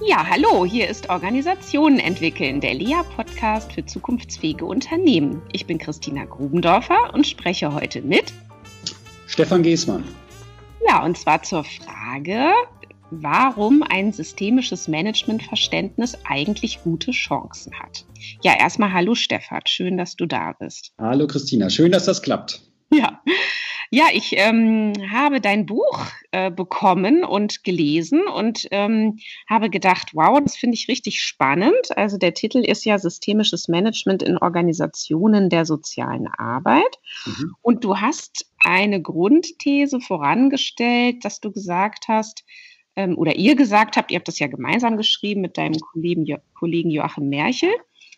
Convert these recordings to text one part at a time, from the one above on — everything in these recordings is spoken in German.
Ja, hallo, hier ist Organisationen entwickeln, der LEA-Podcast für zukunftsfähige Unternehmen. Ich bin Christina Grubendorfer und spreche heute mit Stefan Geßmann. Ja, und zwar zur Frage, warum ein systemisches Managementverständnis eigentlich gute Chancen hat. Ja, erstmal hallo Stefan, schön, dass du da bist. Hallo Christina, schön, dass das klappt. Ja, ich habe dein Buch bekommen und gelesen und habe gedacht, wow, das finde ich richtig spannend. Also der Titel ist ja Systemisches Management in Organisationen der sozialen Arbeit. Und du hast eine Grundthese vorangestellt, dass du gesagt hast, oder ihr gesagt habt, ihr habt das ja gemeinsam geschrieben mit deinem Kollegen Joachim Merchel.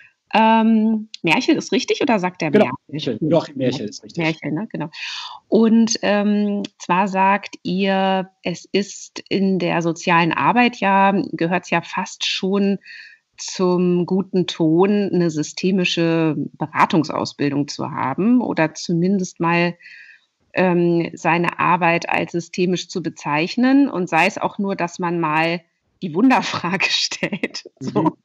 Merchel ist richtig oder sagt der Merchel? Joachim Merchel ist richtig. Merchel, ne? Genau. Und zwar sagt ihr, es ist in der sozialen Arbeit gehört es ja fast schon zum guten Ton, eine systemische Beratungsausbildung zu haben oder zumindest mal seine Arbeit als systemisch zu bezeichnen und sei es auch nur, dass man mal die Wunderfrage stellt. So.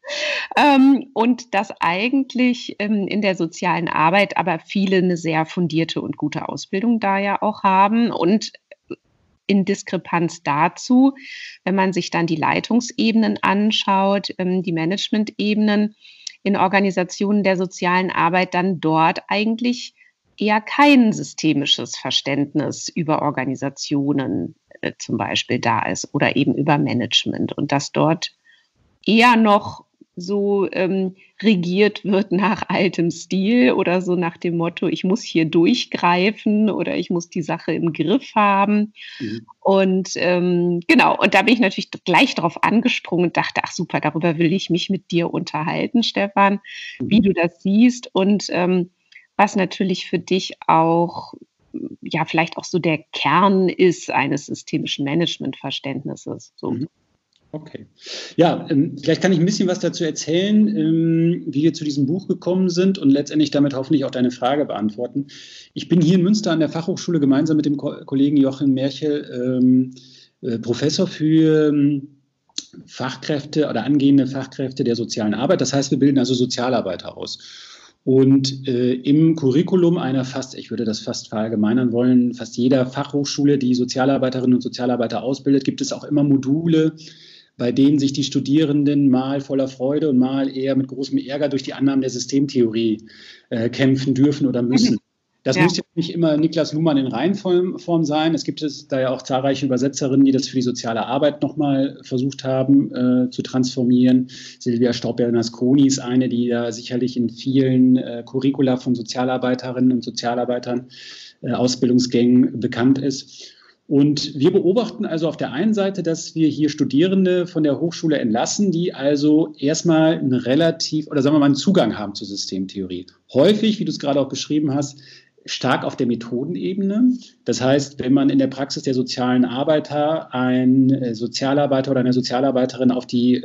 Und dass eigentlich in der sozialen Arbeit aber viele eine sehr fundierte und gute Ausbildung da ja auch haben. Und in Diskrepanz dazu, wenn man sich dann die Leitungsebenen anschaut, die Managementebenen in Organisationen der sozialen Arbeit, dann dort eigentlich eher kein systemisches Verständnis über Organisationen zum Beispiel da ist oder eben über Management und dass dort eher noch so regiert wird nach altem Stil oder so nach dem Motto, ich muss hier durchgreifen oder ich muss die Sache im Griff haben. Und genau, und da bin ich natürlich gleich drauf angesprungen und dachte, ach super, darüber will ich mich mit dir unterhalten, Stefan, wie du das siehst und was natürlich für dich auch, ja, vielleicht auch so der Kern ist eines systemischen Managementverständnisses. So. Okay. Ja, vielleicht kann ich ein bisschen was dazu erzählen, wie wir zu diesem Buch gekommen sind und letztendlich damit hoffentlich auch deine Frage beantworten. Ich bin hier in Münster an der Fachhochschule gemeinsam mit dem Kollegen Joachim Merchel Professor für Fachkräfte oder angehende Fachkräfte der sozialen Arbeit. Das heißt, wir bilden also Sozialarbeiter aus. Und im Curriculum einer ich würde das fast verallgemeinern wollen, fast jeder Fachhochschule, die Sozialarbeiterinnen und Sozialarbeiter ausbildet, gibt es auch immer Module, bei denen sich die Studierenden mal voller Freude und mal eher mit großem Ärger durch die Annahmen der Systemtheorie kämpfen dürfen oder müssen. Das muss jetzt nicht immer Niklas Luhmann in Reihenform sein. Es gibt da ja auch zahlreiche Übersetzerinnen, die das für die soziale Arbeit nochmal versucht haben zu transformieren. Silvia Staub-Bernasconi ist eine, die da sicherlich in vielen Curricula von Sozialarbeiterinnen und Sozialarbeitern Ausbildungsgängen bekannt ist. Und wir beobachten also auf der einen Seite, dass wir hier Studierende von der Hochschule entlassen, die also erstmal einen Zugang haben zur Systemtheorie. Häufig, wie du es gerade auch beschrieben hast, stark auf der Methodenebene. Das heißt, wenn man in der Praxis der sozialen Arbeiter einen Sozialarbeiter oder eine Sozialarbeiterin auf die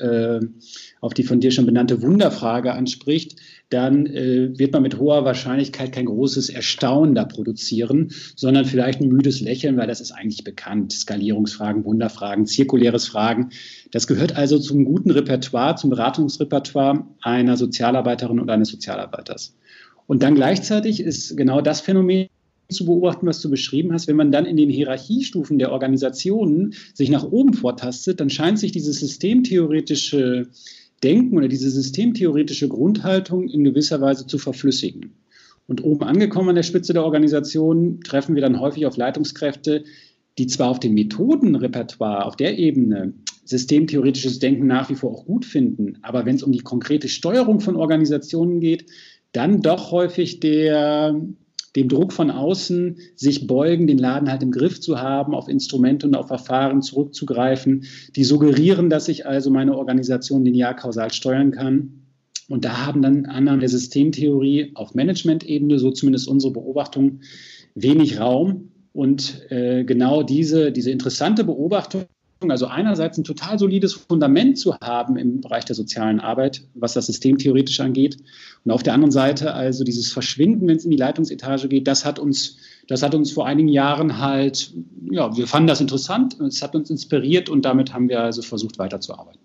von dir schon benannte Wunderfrage anspricht, dann wird man mit hoher Wahrscheinlichkeit kein großes Erstaunen da produzieren, sondern vielleicht ein müdes Lächeln, weil das ist eigentlich bekannt. Skalierungsfragen, Wunderfragen, zirkuläres Fragen. Das gehört also zum guten Repertoire, zum Beratungsrepertoire einer Sozialarbeiterin oder eines Sozialarbeiters. Und dann gleichzeitig ist genau das Phänomen zu beobachten, was du beschrieben hast. Wenn man dann in den Hierarchiestufen der Organisationen sich nach oben vortastet, dann scheint sich dieses systemtheoretische Denken oder diese systemtheoretische Grundhaltung in gewisser Weise zu verflüssigen. Und oben angekommen an der Spitze der Organisation treffen wir dann häufig auf Leitungskräfte, die zwar auf dem Methodenrepertoire, auf der Ebene systemtheoretisches Denken nach wie vor auch gut finden, aber wenn es um die konkrete Steuerung von Organisationen geht, dann doch häufig dem Druck von außen sich beugen, den Laden halt im Griff zu haben, auf Instrumente und auf Verfahren zurückzugreifen, die suggerieren, dass ich also meine Organisation linear kausal steuern kann. Und da haben dann Annahmen der Systemtheorie auf Management-Ebene, so zumindest unsere Beobachtung, wenig Raum. Und genau diese interessante Beobachtung, also einerseits ein total solides Fundament zu haben im Bereich der sozialen Arbeit, was das systemtheoretisch angeht. Und auf der anderen Seite also dieses Verschwinden, wenn es in die Leitungsetage geht, das hat uns vor einigen Jahren wir fanden das interessant, es hat uns inspiriert und damit haben wir also versucht weiterzuarbeiten.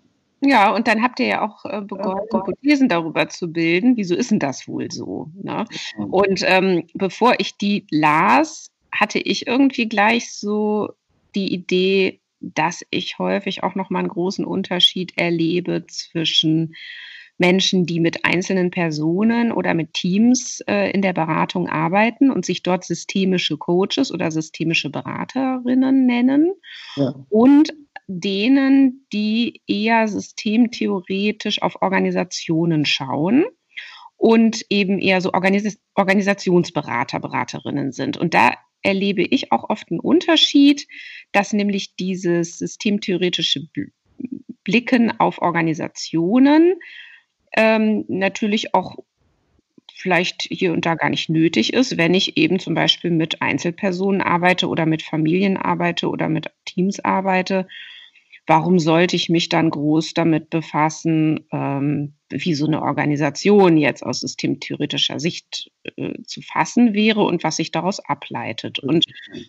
Ja, und dann habt ihr ja auch begonnen, Hypothesen darüber zu bilden. Wieso ist denn das wohl so? Ne? Und bevor ich die las, hatte ich irgendwie gleich so die Idee, dass ich häufig auch noch mal einen großen Unterschied erlebe zwischen Menschen, die mit einzelnen Personen oder mit Teams in der Beratung arbeiten und sich dort systemische Coaches oder systemische Beraterinnen nennen, Ja. und denen, die eher systemtheoretisch auf Organisationen schauen und eben eher so Organisationsberater, Beraterinnen sind. Und da erlebe ich auch oft einen Unterschied, dass nämlich dieses systemtheoretische Blicken auf Organisationen natürlich auch vielleicht hier und da gar nicht nötig ist, wenn ich eben zum Beispiel mit Einzelpersonen arbeite oder mit Familien arbeite oder mit Teams arbeite. Warum sollte ich mich dann groß damit befassen, wie so eine Organisation jetzt aus systemtheoretischer Sicht zu fassen wäre und was sich daraus ableitet? Und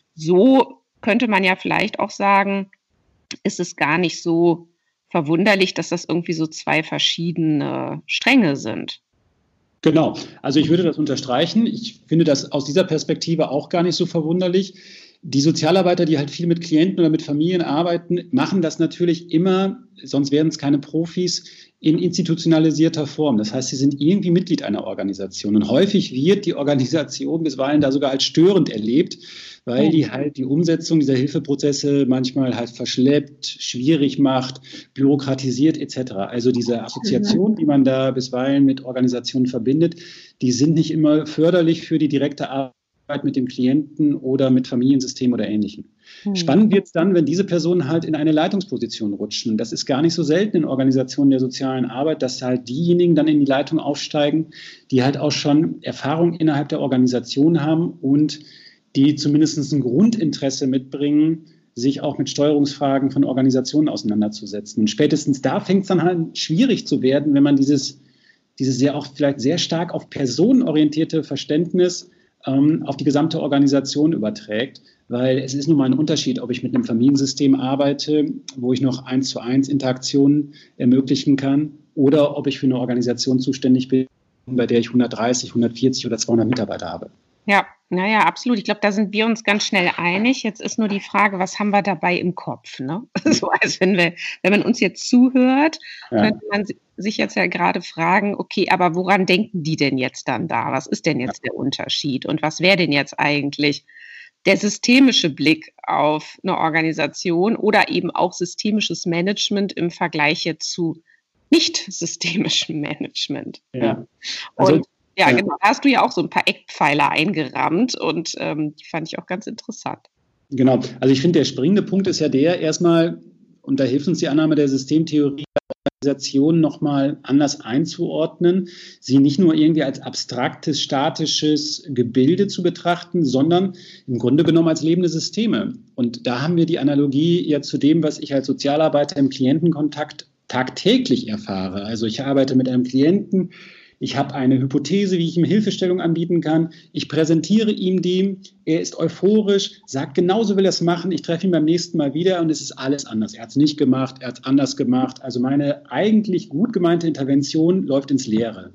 so könnte man ja vielleicht auch sagen, ist es gar nicht so verwunderlich, dass das irgendwie so zwei verschiedene Stränge sind. Genau, also ich würde das unterstreichen. Ich finde das aus dieser Perspektive auch gar nicht so verwunderlich. Die Sozialarbeiter, die halt viel mit Klienten oder mit Familien arbeiten, machen das natürlich immer, sonst wären es keine Profis, in institutionalisierter Form. Das heißt, sie sind irgendwie Mitglied einer Organisation. Und häufig wird die Organisation bisweilen da sogar als störend erlebt, weil die halt die Umsetzung dieser Hilfeprozesse manchmal halt verschleppt, schwierig macht, bürokratisiert etc. Also diese Assoziationen, die man da bisweilen mit Organisationen verbindet, die sind nicht immer förderlich für die direkte Arbeit mit dem Klienten oder mit Familiensystemen oder Ähnlichem. Spannend wird es dann, wenn diese Personen halt in eine Leitungsposition rutschen. Und das ist gar nicht so selten in Organisationen der sozialen Arbeit, dass halt diejenigen dann in die Leitung aufsteigen, die halt auch schon Erfahrung innerhalb der Organisation haben und die zumindest ein Grundinteresse mitbringen, sich auch mit Steuerungsfragen von Organisationen auseinanderzusetzen. Und spätestens da fängt es dann halt schwierig zu werden, wenn man dieses sehr auch vielleicht sehr stark auf personenorientierte Verständnis auf die gesamte Organisation überträgt, weil es ist nun mal ein Unterschied, ob ich mit einem Familiensystem arbeite, wo ich noch 1:1 Interaktionen ermöglichen kann, oder ob ich für eine Organisation zuständig bin, bei der ich 130, 140 oder 200 Mitarbeiter habe. Ja, naja, absolut. Ich glaube, da sind wir uns ganz schnell einig. Jetzt ist nur die Frage, was haben wir dabei im Kopf? Ne? So, als wenn man uns jetzt zuhört, könnte man sich jetzt ja gerade fragen, okay, aber woran denken die denn jetzt dann da? Was ist denn jetzt der Unterschied? Und was wäre denn jetzt eigentlich der systemische Blick auf eine Organisation oder eben auch systemisches Management im Vergleich jetzt zu nicht systemischem Management? Ja. Also, ja, genau. Da hast du ja auch so ein paar Eckpfeiler eingerammt und die fand ich auch ganz interessant. Genau. Also ich finde, der springende Punkt ist ja der erstmal, und da hilft uns die Annahme der Systemtheorie, Organisation nochmal anders einzuordnen, sie nicht nur irgendwie als abstraktes, statisches Gebilde zu betrachten, sondern im Grunde genommen als lebende Systeme. Und da haben wir die Analogie ja zu dem, was ich als Sozialarbeiter im Klientenkontakt tagtäglich erfahre. Also ich arbeite mit einem Klienten, ich habe eine Hypothese, wie ich ihm Hilfestellung anbieten kann. Ich präsentiere ihm die. Er ist euphorisch, sagt, genauso will er es machen. Ich treffe ihn beim nächsten Mal wieder und es ist alles anders. Er hat es nicht gemacht, er hat es anders gemacht. Also meine eigentlich gut gemeinte Intervention läuft ins Leere.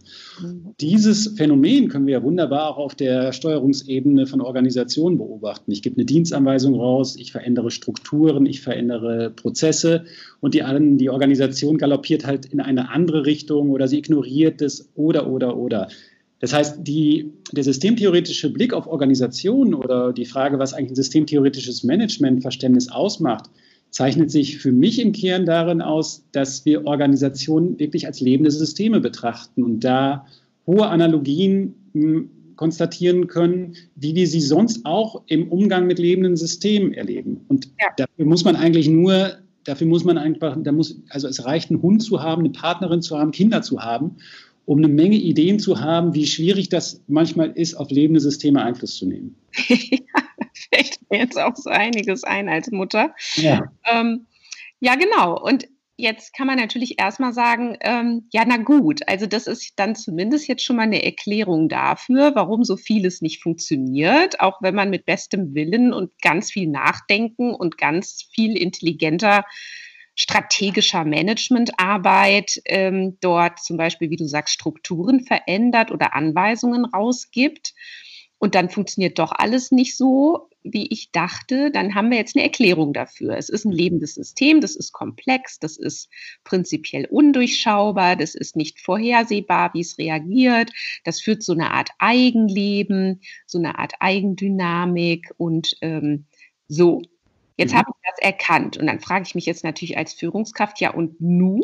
Dieses Phänomen können wir ja wunderbar auch auf der Steuerungsebene von Organisationen beobachten. Ich gebe eine Dienstanweisung raus, ich verändere Strukturen, ich verändere Prozesse und die Organisation galoppiert halt in eine andere Richtung oder sie ignoriert es oder. Das heißt, der systemtheoretische Blick auf Organisationen oder die Frage, was eigentlich ein systemtheoretisches Managementverständnis ausmacht, zeichnet sich für mich im Kern darin aus, dass wir Organisationen wirklich als lebende Systeme betrachten und da hohe Analogien konstatieren können, wie wir sie sonst auch im Umgang mit lebenden Systemen erleben. Und es reicht, einen Hund zu haben, eine Partnerin zu haben, Kinder zu haben, um eine Menge Ideen zu haben, wie schwierig das manchmal ist, auf lebende Systeme Einfluss zu nehmen. Ja, da fällt mir jetzt auch so einiges ein als Mutter. Ja, genau. Und jetzt kann man natürlich erstmal sagen, ja, na gut, also das ist dann zumindest jetzt schon mal eine Erklärung dafür, warum so vieles nicht funktioniert, auch wenn man mit bestem Willen und ganz viel Nachdenken und ganz viel intelligenter strategischer Managementarbeit dort zum Beispiel, wie du sagst, Strukturen verändert oder Anweisungen rausgibt und dann funktioniert doch alles nicht so, wie ich dachte, dann haben wir jetzt eine Erklärung dafür. Es ist ein lebendes System, das ist komplex, das ist prinzipiell undurchschaubar, das ist nicht vorhersehbar, wie es reagiert. Das führt zu einer Art Eigenleben, so eine Art Eigendynamik und so. Jetzt habe ich das erkannt und dann frage ich mich jetzt natürlich als Führungskraft, ja und nu?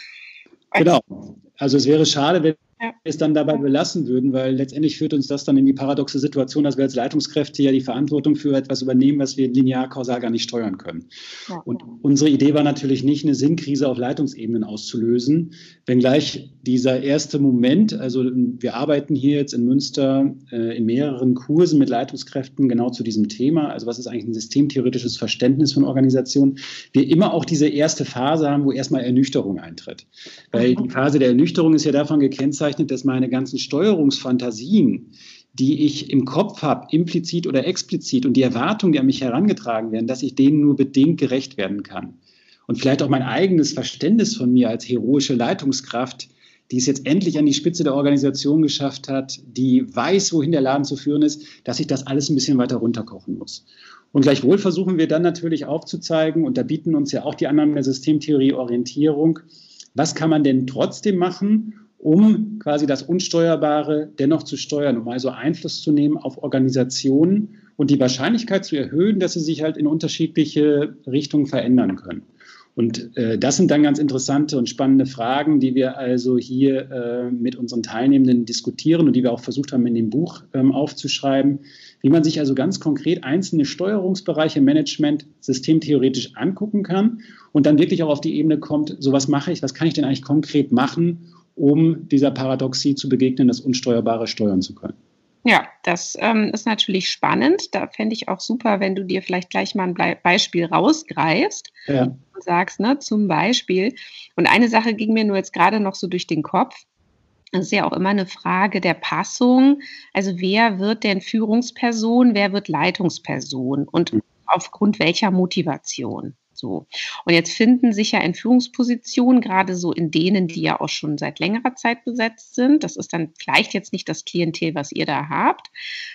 Genau. Also es wäre schade, wenn wir es dann dabei belassen würden, weil letztendlich führt uns das dann in die paradoxe Situation, dass wir als Leitungskräfte ja die Verantwortung für etwas übernehmen, was wir linear kausal gar nicht steuern können. Ja. Und unsere Idee war natürlich nicht, eine Sinnkrise auf Leitungsebenen auszulösen, wenngleich dieser erste Moment, also wir arbeiten hier jetzt in Münster in mehreren Kursen mit Leitungskräften genau zu diesem Thema, also was ist eigentlich ein systemtheoretisches Verständnis von Organisationen, wir immer auch diese erste Phase haben, wo erstmal Ernüchterung eintritt. Weil die Phase der Ernüchterung ist ja davon gekennzeichnet, dass meine ganzen Steuerungsfantasien, die ich im Kopf habe, implizit oder explizit und die Erwartungen, die an mich herangetragen werden, dass ich denen nur bedingt gerecht werden kann. Und vielleicht auch mein eigenes Verständnis von mir als heroische Leitungskraft, die es jetzt endlich an die Spitze der Organisation geschafft hat, die weiß, wohin der Laden zu führen ist, dass ich das alles ein bisschen weiter runterkochen muss. Und gleichwohl versuchen wir dann natürlich aufzuzeigen, und da bieten uns ja auch die Annahmen der Systemtheorie Orientierung, was kann man denn trotzdem machen, um quasi das Unsteuerbare dennoch zu steuern, um also Einfluss zu nehmen auf Organisationen und die Wahrscheinlichkeit zu erhöhen, dass sie sich halt in unterschiedliche Richtungen verändern können. Und das sind dann ganz interessante und spannende Fragen, die wir also hier mit unseren Teilnehmenden diskutieren und die wir auch versucht haben, in dem Buch aufzuschreiben, wie man sich also ganz konkret einzelne Steuerungsbereiche im Management systemtheoretisch angucken kann und dann wirklich auch auf die Ebene kommt, so was mache ich, was kann ich denn eigentlich konkret machen, um dieser Paradoxie zu begegnen, das Unsteuerbare steuern zu können. Ja, das ist natürlich spannend. Da fände ich auch super, wenn du dir vielleicht gleich mal ein Beispiel rausgreifst und sagst, ne, zum Beispiel, und eine Sache ging mir nur jetzt gerade noch so durch den Kopf, das ist ja auch immer eine Frage der Passung. Also wer wird denn Führungsperson, wer wird Leitungsperson und aufgrund welcher Motivation? So. Und jetzt finden sich ja in Führungspositionen, gerade so in denen, die ja auch schon seit längerer Zeit besetzt sind, das ist dann vielleicht jetzt nicht das Klientel, was ihr da habt,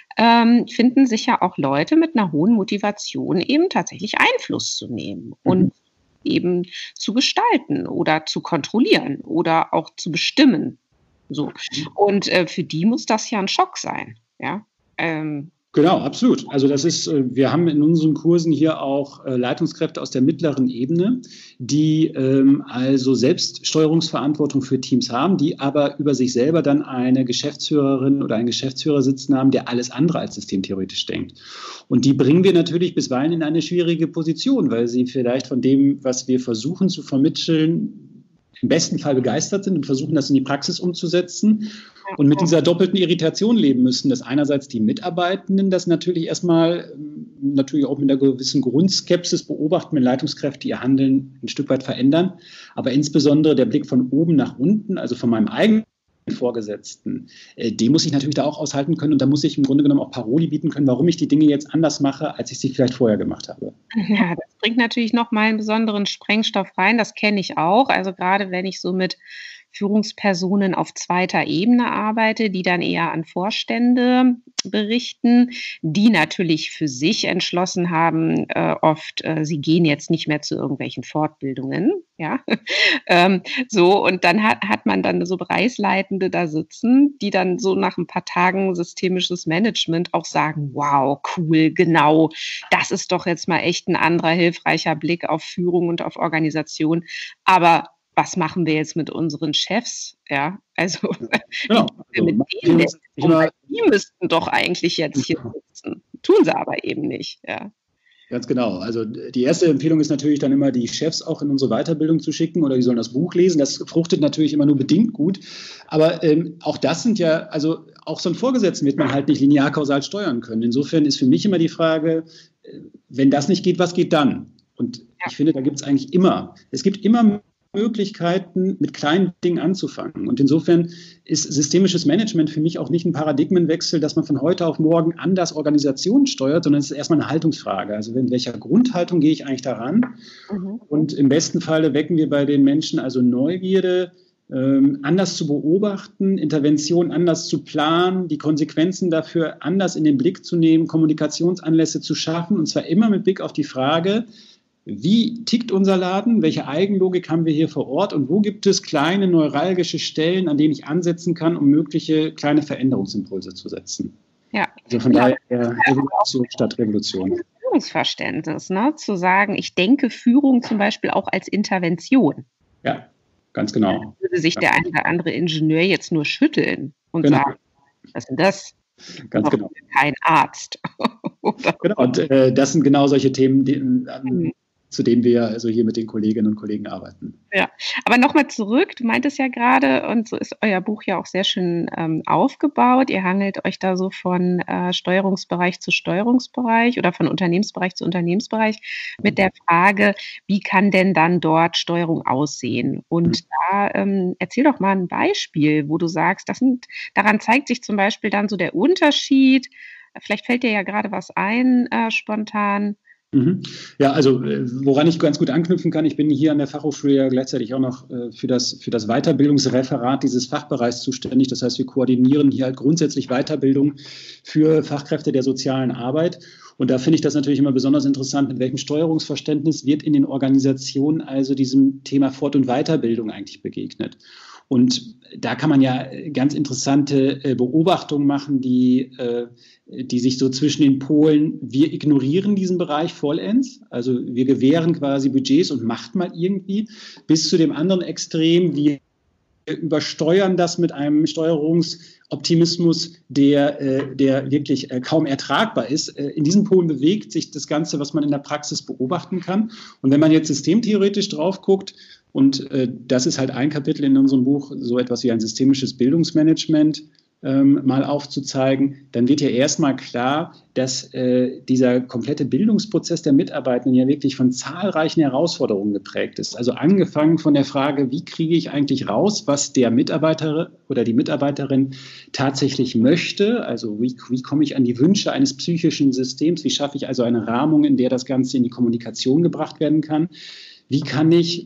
finden sich ja auch Leute mit einer hohen Motivation, eben tatsächlich Einfluss zu nehmen und eben zu gestalten oder zu kontrollieren oder auch zu bestimmen. So. Und für die muss das ja ein Schock sein. Ja. Genau, absolut. Also das ist, wir haben in unseren Kursen hier auch Leitungskräfte aus der mittleren Ebene, die also selbst Steuerungsverantwortung für Teams haben, die aber über sich selber dann eine Geschäftsführerin oder einen Geschäftsführer sitzen haben, der alles andere als systemtheoretisch denkt. Und die bringen wir natürlich bisweilen in eine schwierige Position, weil sie vielleicht von dem, was wir versuchen zu vermitteln, im besten Fall begeistert sind und versuchen, das in die Praxis umzusetzen und mit dieser doppelten Irritation leben müssen, dass einerseits die Mitarbeitenden das natürlich erstmal, natürlich auch mit einer gewissen Grundskepsis beobachten, wenn Leitungskräfte ihr Handeln ein Stück weit verändern, aber insbesondere der Blick von oben nach unten, also von meinem eigenen Vorgesetzten, den muss ich natürlich da auch aushalten können und da muss ich im Grunde genommen auch Paroli bieten können, warum ich die Dinge jetzt anders mache, als ich sie vielleicht vorher gemacht habe. Ja, das bringt natürlich nochmal einen besonderen Sprengstoff rein, das kenne ich auch, also gerade wenn ich so mit Führungspersonen auf zweiter Ebene arbeite, die dann eher an Vorstände berichten, die natürlich für sich entschlossen haben, oft, sie gehen jetzt nicht mehr zu irgendwelchen Fortbildungen, ja, so, und dann hat man dann so Bereichsleitende da sitzen, die dann so nach ein paar Tagen systemisches Management auch sagen, wow, cool, genau, das ist doch jetzt mal echt ein anderer hilfreicher Blick auf Führung und auf Organisation, aber was machen wir jetzt mit unseren Chefs? Ja, also genau. mit denen, die müssten doch eigentlich jetzt hier sitzen. Tun sie aber eben nicht. Ja. Ganz genau. Also die erste Empfehlung ist natürlich dann immer, die Chefs auch in unsere Weiterbildung zu schicken oder die sollen das Buch lesen. Das fruchtet natürlich immer nur bedingt gut. Aber auch das sind ja, also auch so einen Vorgesetzten wird man halt nicht linear kausal steuern können. Insofern ist für mich immer die Frage, wenn das nicht geht, was geht dann? Und ich finde, da gibt es eigentlich immer, es gibt immer Möglichkeiten, mit kleinen Dingen anzufangen. Und insofern ist systemisches Management für mich auch nicht ein Paradigmenwechsel, dass man von heute auf morgen anders Organisationen steuert, sondern es ist erstmal eine Haltungsfrage. Also in welcher Grundhaltung gehe ich eigentlich daran? Und im besten Falle wecken wir bei den Menschen also Neugierde, anders zu beobachten, Interventionen anders zu planen, die Konsequenzen dafür anders in den Blick zu nehmen, Kommunikationsanlässe zu schaffen, und zwar immer mit Blick auf die Frage, wie tickt unser Laden, welche Eigenlogik haben wir hier vor Ort und wo gibt es kleine neuralgische Stellen, an denen ich ansetzen kann, um mögliche kleine Veränderungsimpulse zu setzen. Ja. Also von daher Evolution statt Revolution. Führungsverständnis, ne? Zu sagen, ich denke Führung zum Beispiel auch als Intervention. Ja. Ganz genau. Würde sich der ein oder andere Ingenieur jetzt nur schütteln und sagen, was ist denn das? Ganz genau. Kein Arzt. Genau, und das sind genau solche Themen, zu denen wir also hier mit den Kolleginnen und Kollegen arbeiten. Ja, aber nochmal zurück, du meintest ja gerade, und so ist euer Buch ja auch sehr schön aufgebaut, ihr hangelt euch da so von Steuerungsbereich zu Steuerungsbereich oder von Unternehmensbereich zu Unternehmensbereich mit der Frage, wie kann denn dann dort Steuerung aussehen? Und da erzähl doch mal ein Beispiel, wo du sagst, daran zeigt sich zum Beispiel dann so der Unterschied, vielleicht fällt dir ja gerade was ein, spontan. Ja, also woran ich ganz gut anknüpfen kann, ich bin hier an der Fachhochschule ja gleichzeitig auch noch für das Weiterbildungsreferat dieses Fachbereichs zuständig. Das heißt, wir koordinieren hier halt grundsätzlich Weiterbildung für Fachkräfte der sozialen Arbeit. Und da finde ich das natürlich immer besonders interessant, mit welchem Steuerungsverständnis wird in den Organisationen also diesem Thema Fort- und Weiterbildung eigentlich begegnet. Und da kann man ja ganz interessante Beobachtungen machen, die sich so zwischen den Polen, wir ignorieren diesen Bereich vollends, also wir gewähren quasi Budgets und macht mal irgendwie, bis zu dem anderen Extrem, wir übersteuern das mit einem Steuerungsoptimismus, der wirklich kaum ertragbar ist. In diesen Polen bewegt sich das Ganze, was man in der Praxis beobachten kann. Und wenn man jetzt systemtheoretisch drauf guckt, und das ist halt ein Kapitel in unserem Buch, so etwas wie ein systemisches Bildungsmanagement mal aufzuzeigen, dann wird ja erstmal klar, dass dieser komplette Bildungsprozess der Mitarbeitenden ja wirklich von zahlreichen Herausforderungen geprägt ist. Also angefangen von der Frage, wie kriege ich eigentlich raus, was der Mitarbeiter oder die Mitarbeiterin tatsächlich möchte, also wie komme ich an die Wünsche eines psychischen Systems, wie schaffe ich also eine Rahmung, in der das Ganze in die Kommunikation gebracht werden kann, wie kann ich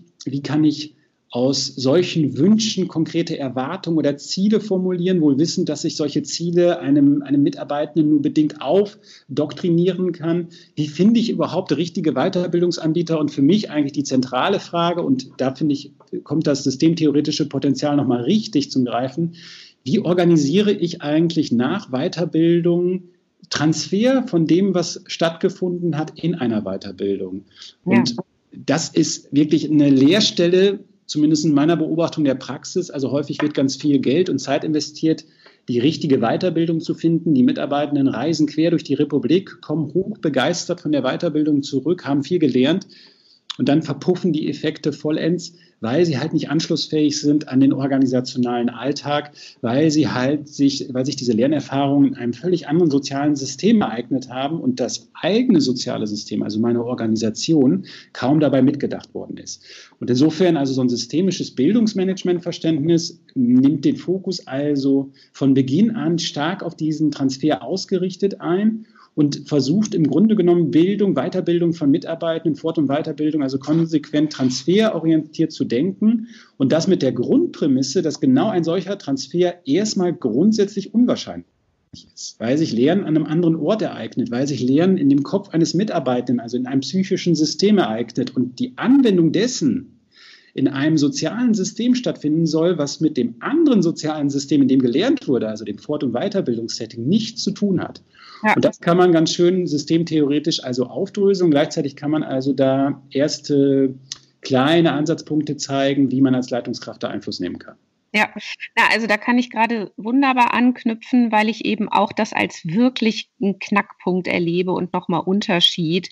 aus solchen Wünschen konkrete Erwartungen oder Ziele formulieren, wohl wissend, dass ich solche Ziele einem Mitarbeitenden nur bedingt aufdoktrinieren kann. Wie finde ich überhaupt richtige Weiterbildungsanbieter? Und für mich eigentlich die zentrale Frage, und da finde ich, kommt das systemtheoretische Potenzial nochmal richtig zum Greifen, wie organisiere ich eigentlich nach Weiterbildung Transfer von dem, was stattgefunden hat, in einer Weiterbildung? Und das ist wirklich eine Leerstelle, zumindest in meiner Beobachtung der Praxis. Also häufig wird ganz viel Geld und Zeit investiert, die richtige Weiterbildung zu finden. Die Mitarbeitenden reisen quer durch die Republik, kommen hochbegeistert von der Weiterbildung zurück, haben viel gelernt und dann verpuffen die Effekte vollends, weil sie halt nicht anschlussfähig sind an den organisationalen Alltag, weil sich diese Lernerfahrungen in einem völlig anderen sozialen System ereignet haben und das eigene soziale System, also meine Organisation, kaum dabei mitgedacht worden ist. Und insofern also so ein systemisches Bildungsmanagementverständnis nimmt den Fokus also von Beginn an stark auf diesen Transfer ausgerichtet ein und versucht im Grunde genommen Bildung, Weiterbildung von Mitarbeitenden, Fort- und Weiterbildung, also konsequent transferorientiert zu denken und das mit der Grundprämisse, dass genau ein solcher Transfer erstmal grundsätzlich unwahrscheinlich ist, weil sich Lernen an einem anderen Ort ereignet, weil sich Lernen in dem Kopf eines Mitarbeitenden, also in einem psychischen System ereignet und die Anwendung dessen in einem sozialen System stattfinden soll, was mit dem anderen sozialen System, in dem gelernt wurde, also dem Fort- und Weiterbildungssetting, nichts zu tun hat. Ja. Und das kann man ganz schön systemtheoretisch also aufdröseln. Gleichzeitig kann man also da erste kleine Ansatzpunkte zeigen, wie man als Leitungskraft da Einfluss nehmen kann. Ja, also da kann ich gerade wunderbar anknüpfen, weil ich eben auch das als wirklich einen Knackpunkt erlebe und nochmal Unterschied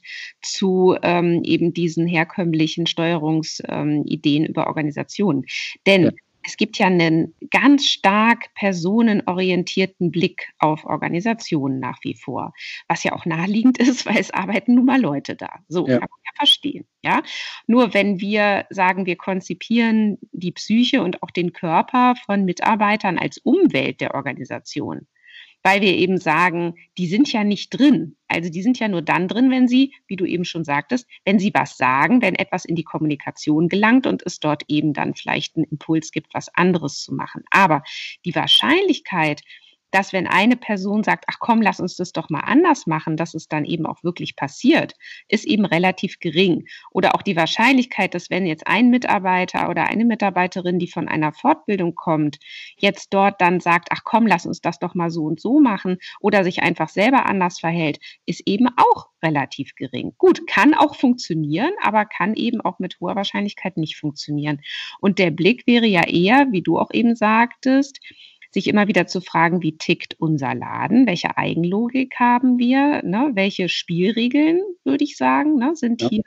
zu eben diesen herkömmlichen Steuerungsideen über Organisationen. Denn es gibt ja einen ganz stark personenorientierten Blick auf Organisationen nach wie vor, was ja auch naheliegend ist, weil es arbeiten nun mal Leute da. So, Ja. kann man ja verstehen, ja? Nur wenn wir sagen, wir konzipieren die Psyche und auch den Körper von Mitarbeitern als Umwelt der Organisation, weil wir eben sagen, die sind ja nicht drin. Also die sind ja nur dann drin, wenn sie, wie du eben schon sagtest, wenn sie was sagen, wenn etwas in die Kommunikation gelangt und es dort eben dann vielleicht einen Impuls gibt, was anderes zu machen. Aber die Wahrscheinlichkeit, dass wenn eine Person sagt, ach komm, lass uns das doch mal anders machen, dass es dann eben auch wirklich passiert, ist eben relativ gering. Oder auch die Wahrscheinlichkeit, dass wenn jetzt ein Mitarbeiter oder eine Mitarbeiterin, die von einer Fortbildung kommt, jetzt dort dann sagt, ach komm, lass uns das doch mal so und so machen oder sich einfach selber anders verhält, ist eben auch relativ gering. Gut, kann auch funktionieren, aber kann eben auch mit hoher Wahrscheinlichkeit nicht funktionieren. Und der Blick wäre ja eher, wie du auch eben sagtest, sich immer wieder zu fragen, wie tickt unser Laden, welche Eigenlogik haben wir, ne? Welche Spielregeln, würde ich sagen, ne, sind hier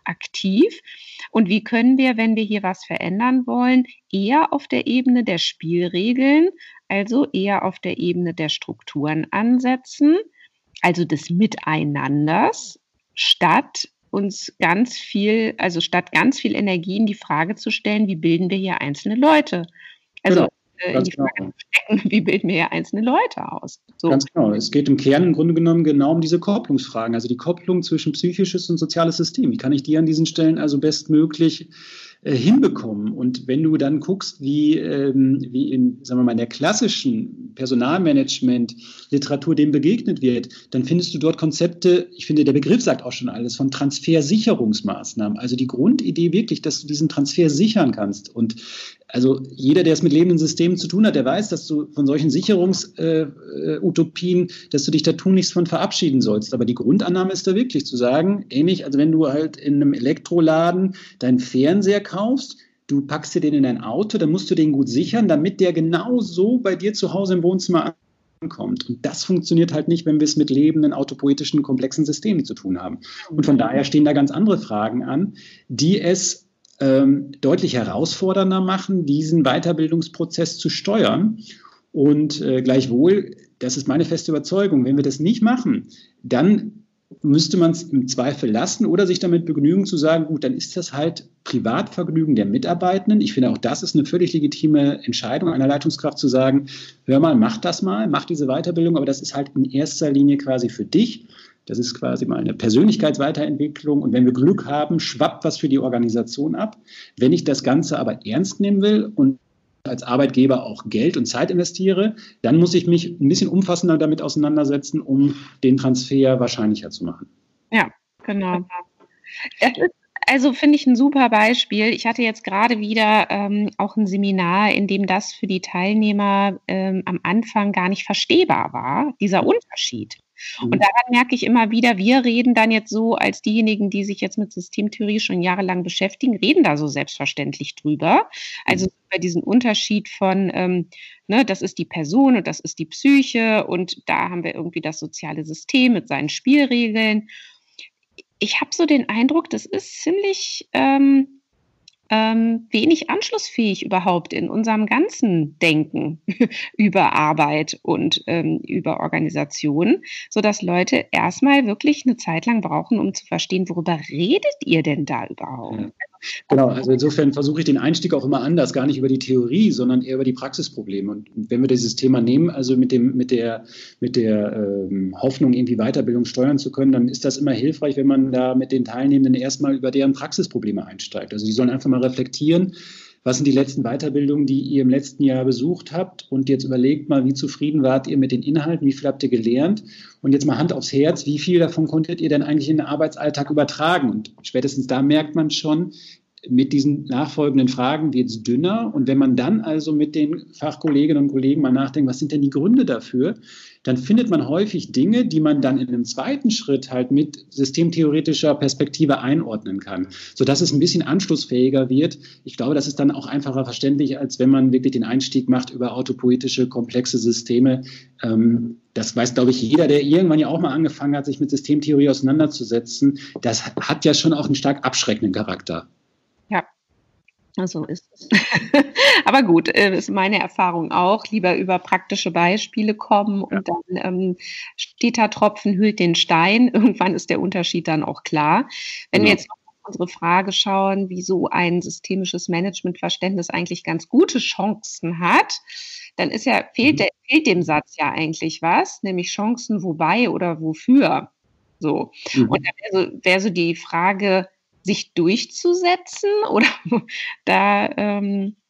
aktiv und wie können wir, wenn wir hier was verändern wollen, eher auf der Ebene der Spielregeln, also eher auf der Ebene der Strukturen ansetzen, also des Miteinanders, statt ganz viel Energie in die Frage zu stellen, wie bilden wir hier einzelne Leute? Also in die Frage zu stecken, wie bilden wir hier einzelne Leute aus? So. Ganz genau. Es geht im Kern im Grunde genommen genau um diese Kopplungsfragen, also die Kopplung zwischen psychisches und soziales System. Wie kann ich die an diesen Stellen also bestmöglich hinbekommen? Und wenn du dann guckst, wie in, sagen wir mal, in der klassischen Personalmanagement-Literatur dem begegnet wird, dann findest du dort Konzepte, ich finde, der Begriff sagt auch schon alles, von Transfersicherungsmaßnahmen. Also die Grundidee wirklich, dass du diesen Transfer sichern kannst. Und also jeder, der es mit lebenden Systemen zu tun hat, der weiß, dass du von solchen Sicherungsutopien, dass du dich da tunlichst von verabschieden sollst. Aber die Grundannahme ist da wirklich zu sagen, ähnlich, also wenn du halt in einem Elektroladen deinen Fernseher kaufst, du packst dir den in dein Auto, dann musst du den gut sichern, damit der genau so bei dir zu Hause im Wohnzimmer ankommt. Und das funktioniert halt nicht, wenn wir es mit lebenden, autopoetischen, komplexen Systemen zu tun haben. Und von daher stehen da ganz andere Fragen an, die es deutlich herausfordernder machen, diesen Weiterbildungsprozess zu steuern. Und gleichwohl, das ist meine feste Überzeugung, wenn wir das nicht machen, dann müsste man es im Zweifel lassen oder sich damit begnügen zu sagen, gut, dann ist das halt Privatvergnügen der Mitarbeitenden. Ich finde, auch das ist eine völlig legitime Entscheidung einer Leitungskraft zu sagen, hör mal, mach das mal, mach diese Weiterbildung, aber das ist halt in erster Linie quasi für dich. Das ist quasi mal eine Persönlichkeitsweiterentwicklung. Und wenn wir Glück haben, schwappt was für die Organisation ab. Wenn ich das Ganze aber ernst nehmen will und als Arbeitgeber auch Geld und Zeit investiere, dann muss ich mich ein bisschen umfassender damit auseinandersetzen, um den Transfer wahrscheinlicher zu machen. Ja, genau. Das ist also finde ich ein super Beispiel. Ich hatte jetzt gerade wieder auch ein Seminar, in dem das für die Teilnehmer am Anfang gar nicht verstehbar war, dieser Unterschied. Und daran merke ich immer wieder, wir reden dann jetzt so als diejenigen, die sich jetzt mit Systemtheorie schon jahrelang beschäftigen, reden da so selbstverständlich drüber. Also über diesen Unterschied von, das ist die Person und das ist die Psyche und da haben wir irgendwie das soziale System mit seinen Spielregeln. Ich habe so den Eindruck, das ist ziemlich wenig anschlussfähig überhaupt in unserem ganzen Denken über Arbeit und über Organisation, sodass Leute erstmal wirklich eine Zeit lang brauchen, um zu verstehen, worüber redet ihr denn da überhaupt? Ja. Genau, also insofern versuche ich den Einstieg auch immer anders, gar nicht über die Theorie, sondern eher über die Praxisprobleme. Und wenn wir dieses Thema nehmen, also mit der Hoffnung, irgendwie Weiterbildung steuern zu können, dann ist das immer hilfreich, wenn man da mit den Teilnehmenden erstmal über deren Praxisprobleme einsteigt. Also die sollen einfach mal reflektieren, was sind die letzten Weiterbildungen, die ihr im letzten Jahr besucht habt und jetzt überlegt mal, wie zufrieden wart ihr mit den Inhalten, wie viel habt ihr gelernt und jetzt mal Hand aufs Herz, wie viel davon konntet ihr denn eigentlich in den Arbeitsalltag übertragen und spätestens da merkt man schon, mit diesen nachfolgenden Fragen wird es dünner und wenn man dann also mit den Fachkolleginnen und Kollegen mal nachdenkt, was sind denn die Gründe dafür, dann findet man häufig Dinge, die man dann in einem zweiten Schritt halt mit systemtheoretischer Perspektive einordnen kann, sodass es ein bisschen anschlussfähiger wird. Ich glaube, das ist dann auch einfacher verständlich, als wenn man wirklich den Einstieg macht über autopoetische, komplexe Systeme. Das weiß, glaube ich, jeder, der irgendwann ja auch mal angefangen hat, sich mit Systemtheorie auseinanderzusetzen. Das hat ja schon auch einen stark abschreckenden Charakter. So ist es. Aber gut, ist meine Erfahrung auch. Lieber über praktische Beispiele kommen und dann steter Tropfen höhlt den Stein. Irgendwann ist der Unterschied dann auch klar. Wenn wir Genau. jetzt noch auf unsere Frage schauen, wieso ein systemisches Managementverständnis eigentlich ganz gute Chancen hat, dann fehlt dem Satz ja eigentlich was, nämlich Chancen wobei oder wofür. So. Und da wäre so die Frage, sich durchzusetzen oder da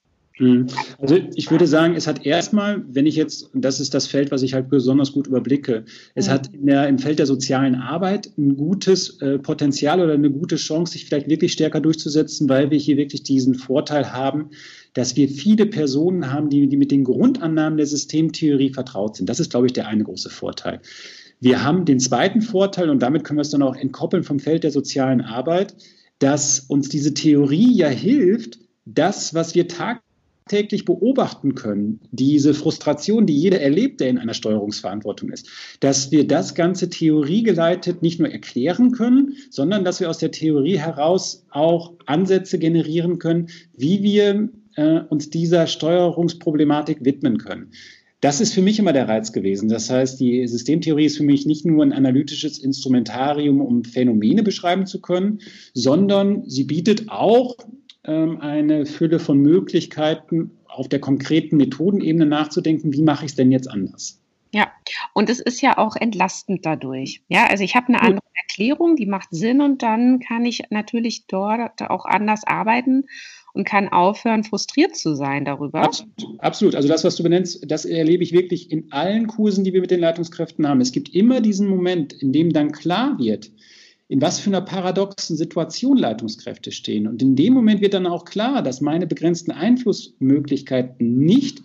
Also ich würde sagen, es hat erstmal, wenn ich jetzt, und das ist das Feld, was ich halt besonders gut überblicke, es hat im Feld der sozialen Arbeit ein gutes Potenzial oder eine gute Chance, sich vielleicht wirklich stärker durchzusetzen, weil wir hier wirklich diesen Vorteil haben, dass wir viele Personen haben, die mit den Grundannahmen der Systemtheorie vertraut sind. Das ist, glaube ich, der eine große Vorteil. Wir haben den zweiten Vorteil, und damit können wir es dann auch entkoppeln vom Feld der sozialen Arbeit, dass uns diese Theorie ja hilft, das, was wir tagtäglich beobachten können, diese Frustration, die jeder erlebt, der in einer Steuerungsverantwortung ist, dass wir das Ganze theoriegeleitet nicht nur erklären können, sondern dass wir aus der Theorie heraus auch Ansätze generieren können, wie wir uns dieser Steuerungsproblematik widmen können. Das ist für mich immer der Reiz gewesen. Das heißt, die Systemtheorie ist für mich nicht nur ein analytisches Instrumentarium, um Phänomene beschreiben zu können, sondern sie bietet auch eine Fülle von Möglichkeiten, auf der konkreten Methodenebene nachzudenken, wie mache ich es denn jetzt anders? Ja, und es ist ja auch entlastend dadurch. Ja, also ich habe eine andere Erklärung, die macht Sinn und dann kann ich natürlich dort auch anders arbeiten und kann aufhören, frustriert zu sein darüber. Absolut. Also das, was du benennst, das erlebe ich wirklich in allen Kursen, die wir mit den Leitungskräften haben. Es gibt immer diesen Moment, in dem dann klar wird, in was für einer paradoxen Situation Leitungskräfte stehen. Und in dem Moment wird dann auch klar, dass meine begrenzten Einflussmöglichkeiten nicht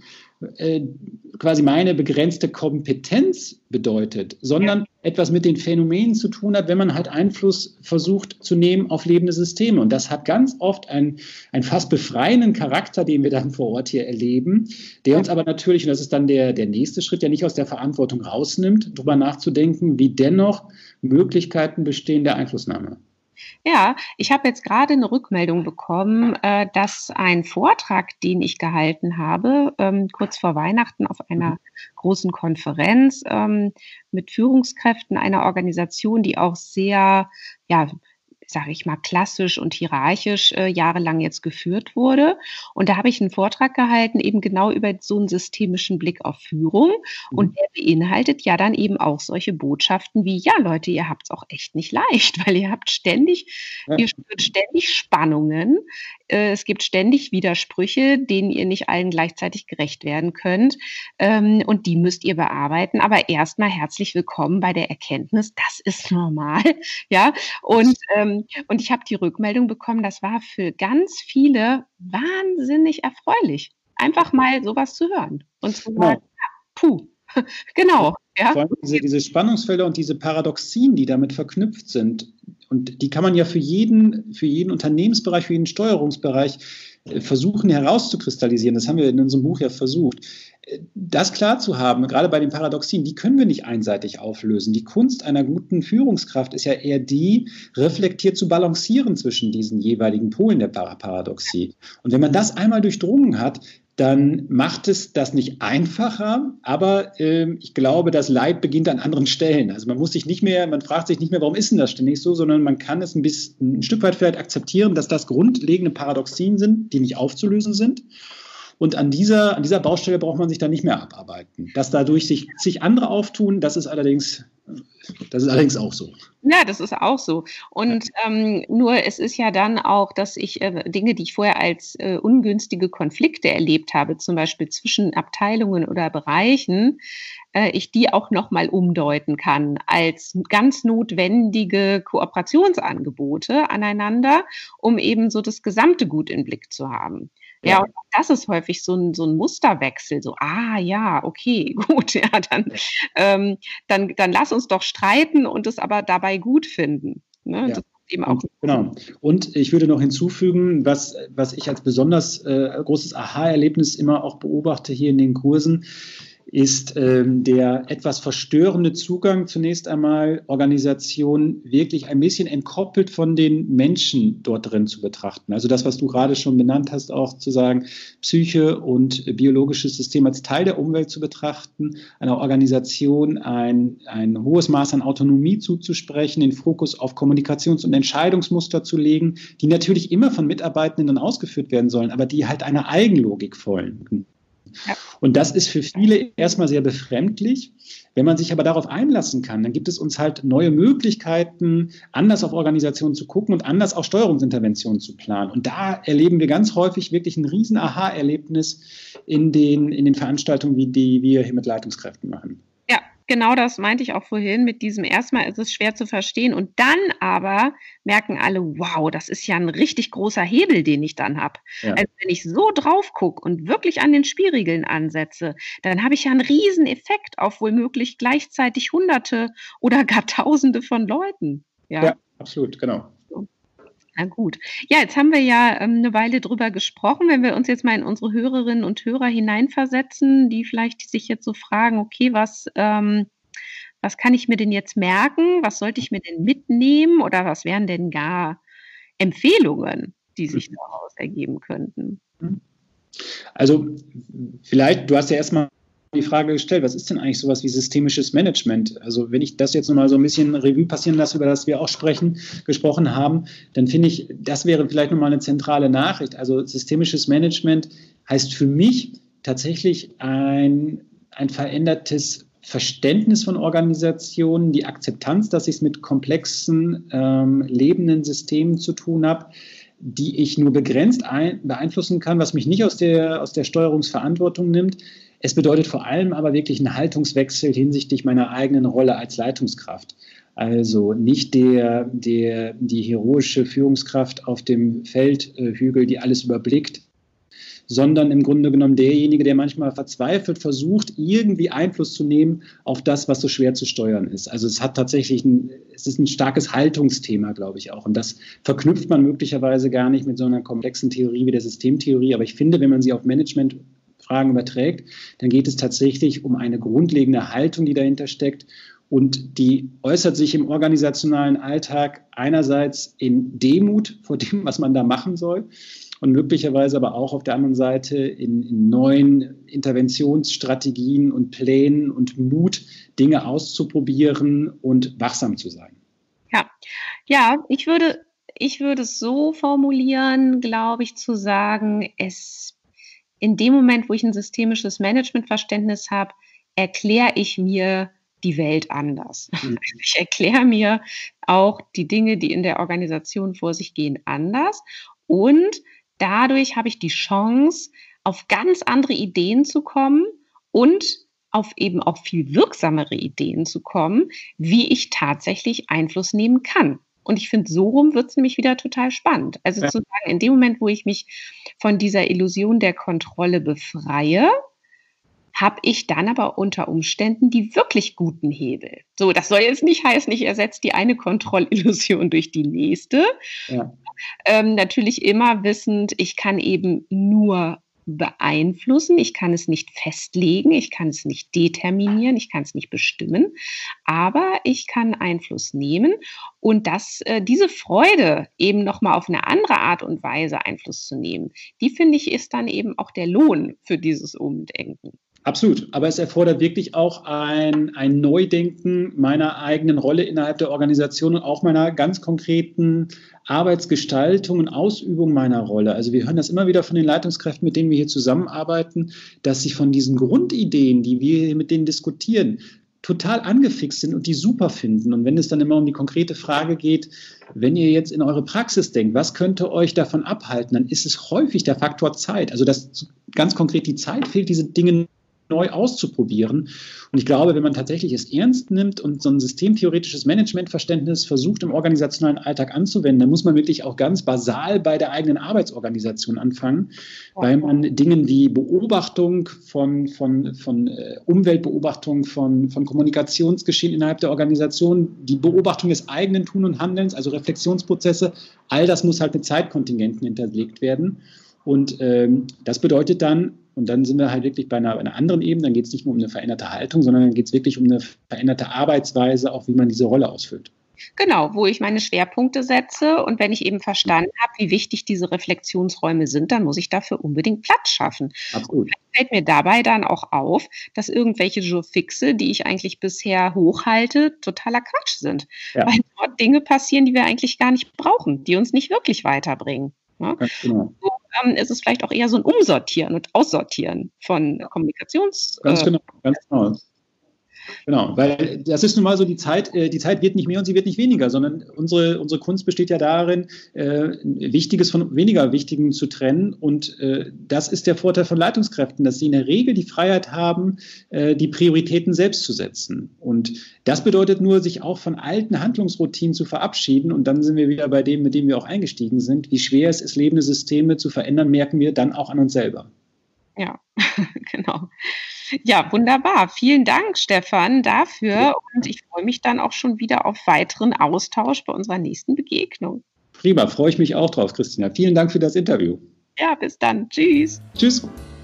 quasi meine begrenzte Kompetenz bedeutet, sondern etwas mit den Phänomenen zu tun hat, wenn man halt Einfluss versucht zu nehmen auf lebende Systeme. Und das hat ganz oft einen fast befreienden Charakter, den wir dann vor Ort hier erleben, der uns aber natürlich, und das ist dann der nächste Schritt, ja nicht aus der Verantwortung rausnimmt, darüber nachzudenken, wie dennoch Möglichkeiten bestehen der Einflussnahme. Ja, ich habe jetzt gerade eine Rückmeldung bekommen, dass ein Vortrag, den ich gehalten habe, kurz vor Weihnachten auf einer großen Konferenz, mit Führungskräften einer Organisation, die auch sehr, ja, sage ich mal, klassisch und hierarchisch jahrelang jetzt geführt wurde. Und da habe ich einen Vortrag gehalten, eben genau über so einen systemischen Blick auf Führung. Und der beinhaltet ja dann eben auch solche Botschaften wie, ja Leute, ihr habt es auch echt nicht leicht, weil ihr spürt ständig Spannungen. Es gibt ständig Widersprüche, denen ihr nicht allen gleichzeitig gerecht werden könnt. Und die müsst ihr bearbeiten. Aber erstmal herzlich willkommen bei der Erkenntnis, das ist normal. Ja, und ich habe die Rückmeldung bekommen, das war für ganz viele wahnsinnig erfreulich, einfach mal sowas zu hören und zu sagen, ja, puh, genau. Ja. Vor allem diese Spannungsfelder und diese Paradoxien, die damit verknüpft sind. Und die kann man ja für jeden Unternehmensbereich, für jeden Steuerungsbereich versuchen herauszukristallisieren. Das haben wir in unserem Buch ja versucht. Das klar zu haben, gerade bei den Paradoxien, die können wir nicht einseitig auflösen. Die Kunst einer guten Führungskraft ist ja eher die, reflektiert zu balancieren zwischen diesen jeweiligen Polen der Paradoxie. Und wenn man das einmal durchdrungen hat, dann macht es das nicht einfacher, aber ich glaube, das Leid beginnt an anderen Stellen. Also man fragt sich nicht mehr, warum ist denn das ständig so, sondern man kann es ein Stück weit vielleicht akzeptieren, dass das grundlegende Paradoxien sind, die nicht aufzulösen sind. Und an dieser Baustelle braucht man sich dann nicht mehr abarbeiten. Dass dadurch sich andere auftun, das ist allerdings auch so. Ja, das ist auch so. Und nur es ist ja dann auch, dass ich Dinge, die ich vorher als ungünstige Konflikte erlebt habe, zum Beispiel zwischen Abteilungen oder Bereichen, ich die auch nochmal umdeuten kann als ganz notwendige Kooperationsangebote aneinander, um eben so das Gesamte gut im Blick zu haben. Ja, und das ist häufig so ein Musterwechsel, so, ja, okay, gut, ja, dann lass uns doch streiten und es aber dabei gut finden. Ne? Ja. Das ist eben auch genau. Und ich würde noch hinzufügen, was ich als besonders großes Aha-Erlebnis immer auch beobachte hier in den Kursen, ist der etwas verstörende Zugang zunächst einmal, Organisation wirklich ein bisschen entkoppelt von den Menschen dort drin zu betrachten. Also das, was du gerade schon benannt hast, auch zu sagen, Psyche und biologisches System als Teil der Umwelt zu betrachten, einer Organisation ein hohes Maß an Autonomie zuzusprechen, den Fokus auf Kommunikations- und Entscheidungsmuster zu legen, die natürlich immer von Mitarbeitenden ausgeführt werden sollen, aber die halt einer Eigenlogik folgen. Ja. Und das ist für viele erstmal sehr befremdlich. Wenn man sich aber darauf einlassen kann, dann gibt es uns halt neue Möglichkeiten, anders auf Organisationen zu gucken und anders auch Steuerungsinterventionen zu planen. Und da erleben wir ganz häufig wirklich ein riesen Aha-Erlebnis in den Veranstaltungen, wie die wir hier mit Leitungskräften machen. Ja, genau das meinte ich auch vorhin. Mit diesem erstmal ist es schwer zu verstehen und dann aber merken alle, wow, das ist ja ein richtig großer Hebel, den ich dann habe. Ja. Also wenn ich so drauf gucke und wirklich an den Spielregeln ansetze, dann habe ich ja einen riesen Effekt auf womöglich gleichzeitig Hunderte oder gar Tausende von Leuten. Ja, absolut, genau. Na gut. Ja, jetzt haben wir ja eine Weile drüber gesprochen. Wenn wir uns jetzt mal in unsere Hörerinnen und Hörer hineinversetzen, die vielleicht sich jetzt so fragen, okay, was kann ich mir denn jetzt merken? Was sollte ich mir denn mitnehmen? Oder was wären denn gar Empfehlungen, die sich daraus ergeben könnten? Also vielleicht, du hast ja erstmal die Frage gestellt, was ist denn eigentlich sowas wie systemisches Management? Also wenn ich das jetzt nochmal so ein bisschen Revue passieren lasse, über das wir auch gesprochen haben, dann finde ich, das wäre vielleicht nochmal eine zentrale Nachricht. Also systemisches Management heißt für mich tatsächlich ein verändertes Verständnis von Organisationen, die Akzeptanz, dass ich es mit komplexen, lebenden Systemen zu tun habe, die ich nur begrenzt beeinflussen kann, was mich nicht aus der Steuerungsverantwortung nimmt. Es bedeutet vor allem aber wirklich einen Haltungswechsel hinsichtlich meiner eigenen Rolle als Leitungskraft. Also nicht die heroische Führungskraft auf dem Feldhügel, die alles überblickt, sondern im Grunde genommen derjenige, der manchmal verzweifelt versucht, irgendwie Einfluss zu nehmen auf das, was so schwer zu steuern ist. Also es ist ein starkes Haltungsthema, glaube ich auch. Und das verknüpft man möglicherweise gar nicht mit so einer komplexen Theorie wie der Systemtheorie. Aber ich finde, wenn man sie auf Managementfragen überträgt, dann geht es tatsächlich um eine grundlegende Haltung, die dahinter steckt. Und die äußert sich im organisationalen Alltag einerseits in Demut vor dem, was man da machen soll, und möglicherweise aber auch auf der anderen Seite in neuen Interventionsstrategien und Plänen und Mut, Dinge auszuprobieren und wachsam zu sein. Ja, ich würde es so formulieren, glaube ich, zu sagen, in dem Moment, wo ich ein systemisches Managementverständnis habe, erkläre ich mir die Welt anders. Ich erkläre mir auch die Dinge, die in der Organisation vor sich gehen, anders. Und dadurch habe ich die Chance, auf ganz andere Ideen zu kommen und auf eben auch viel wirksamere Ideen zu kommen, wie ich tatsächlich Einfluss nehmen kann. Und ich finde, so rum wird es nämlich wieder total spannend. Also zu sagen, in dem Moment, wo ich mich von dieser Illusion der Kontrolle befreie, habe ich dann aber unter Umständen die wirklich guten Hebel. So, das soll jetzt nicht heißen, ich ersetze die eine Kontrollillusion durch die nächste. Ja. Natürlich immer wissend, ich kann eben nur beeinflussen, ich kann es nicht festlegen, ich kann es nicht determinieren, ich kann es nicht bestimmen, aber ich kann Einfluss nehmen und diese Freude, eben nochmal auf eine andere Art und Weise Einfluss zu nehmen, die finde ich ist dann eben auch der Lohn für dieses Umdenken. Absolut, aber es erfordert wirklich auch ein Neudenken meiner eigenen Rolle innerhalb der Organisation und auch meiner ganz konkreten Arbeitsgestaltung und Ausübung meiner Rolle. Also wir hören das immer wieder von den Leitungskräften, mit denen wir hier zusammenarbeiten, dass sie von diesen Grundideen, die wir mit denen diskutieren, total angefixt sind und die super finden. Und wenn es dann immer um die konkrete Frage geht, wenn ihr jetzt in eure Praxis denkt, was könnte euch davon abhalten, dann ist es häufig der Faktor Zeit. Also dass ganz konkret die Zeit fehlt, diese Dinge neu auszuprobieren. Und ich glaube, wenn man tatsächlich es ernst nimmt und so ein systemtheoretisches Managementverständnis versucht, im organisationalen Alltag anzuwenden, dann muss man wirklich auch ganz basal bei der eigenen Arbeitsorganisation anfangen, weil man Dingen wie Beobachtung von Umweltbeobachtung, von Kommunikationsgeschehen innerhalb der Organisation, die Beobachtung des eigenen Tun und Handelns, also Reflexionsprozesse, all das muss halt mit Zeitkontingenten hinterlegt werden. Und das bedeutet dann, Und dann sind wir halt wirklich bei einer anderen Ebene. Dann geht es nicht nur um eine veränderte Haltung, sondern dann geht es wirklich um eine veränderte Arbeitsweise, auch wie man diese Rolle ausfüllt. Genau, wo ich meine Schwerpunkte setze. Und wenn ich eben verstanden habe, wie wichtig diese Reflexionsräume sind, dann muss ich dafür unbedingt Platz schaffen. Absolut. Und fällt mir dabei dann auch auf, dass irgendwelche Jour-fixe, die ich eigentlich bisher hochhalte, totaler Quatsch sind. Ja. Weil dort Dinge passieren, die wir eigentlich gar nicht brauchen, die uns nicht wirklich weiterbringen. Ne? Ganz genau. So ist es vielleicht auch eher so ein Umsortieren und Aussortieren von Kommunikations... Ganz genau. Genau, weil das ist nun mal so, die Zeit wird nicht mehr und sie wird nicht weniger, sondern unsere Kunst besteht ja darin, Wichtiges von weniger Wichtigem zu trennen, und das ist der Vorteil von Leitungskräften, dass sie in der Regel die Freiheit haben, die Prioritäten selbst zu setzen, und das bedeutet nur, sich auch von alten Handlungsroutinen zu verabschieden, und dann sind wir wieder bei dem, mit dem wir auch eingestiegen sind. Wie schwer es ist, lebende Systeme zu verändern, merken wir dann auch an uns selber. Ja, genau. Ja, wunderbar. Vielen Dank, Stefan, dafür. Und ich freue mich dann auch schon wieder auf weiteren Austausch bei unserer nächsten Begegnung. Prima, freue ich mich auch drauf, Christina. Vielen Dank für das Interview. Ja, bis dann. Tschüss. Tschüss.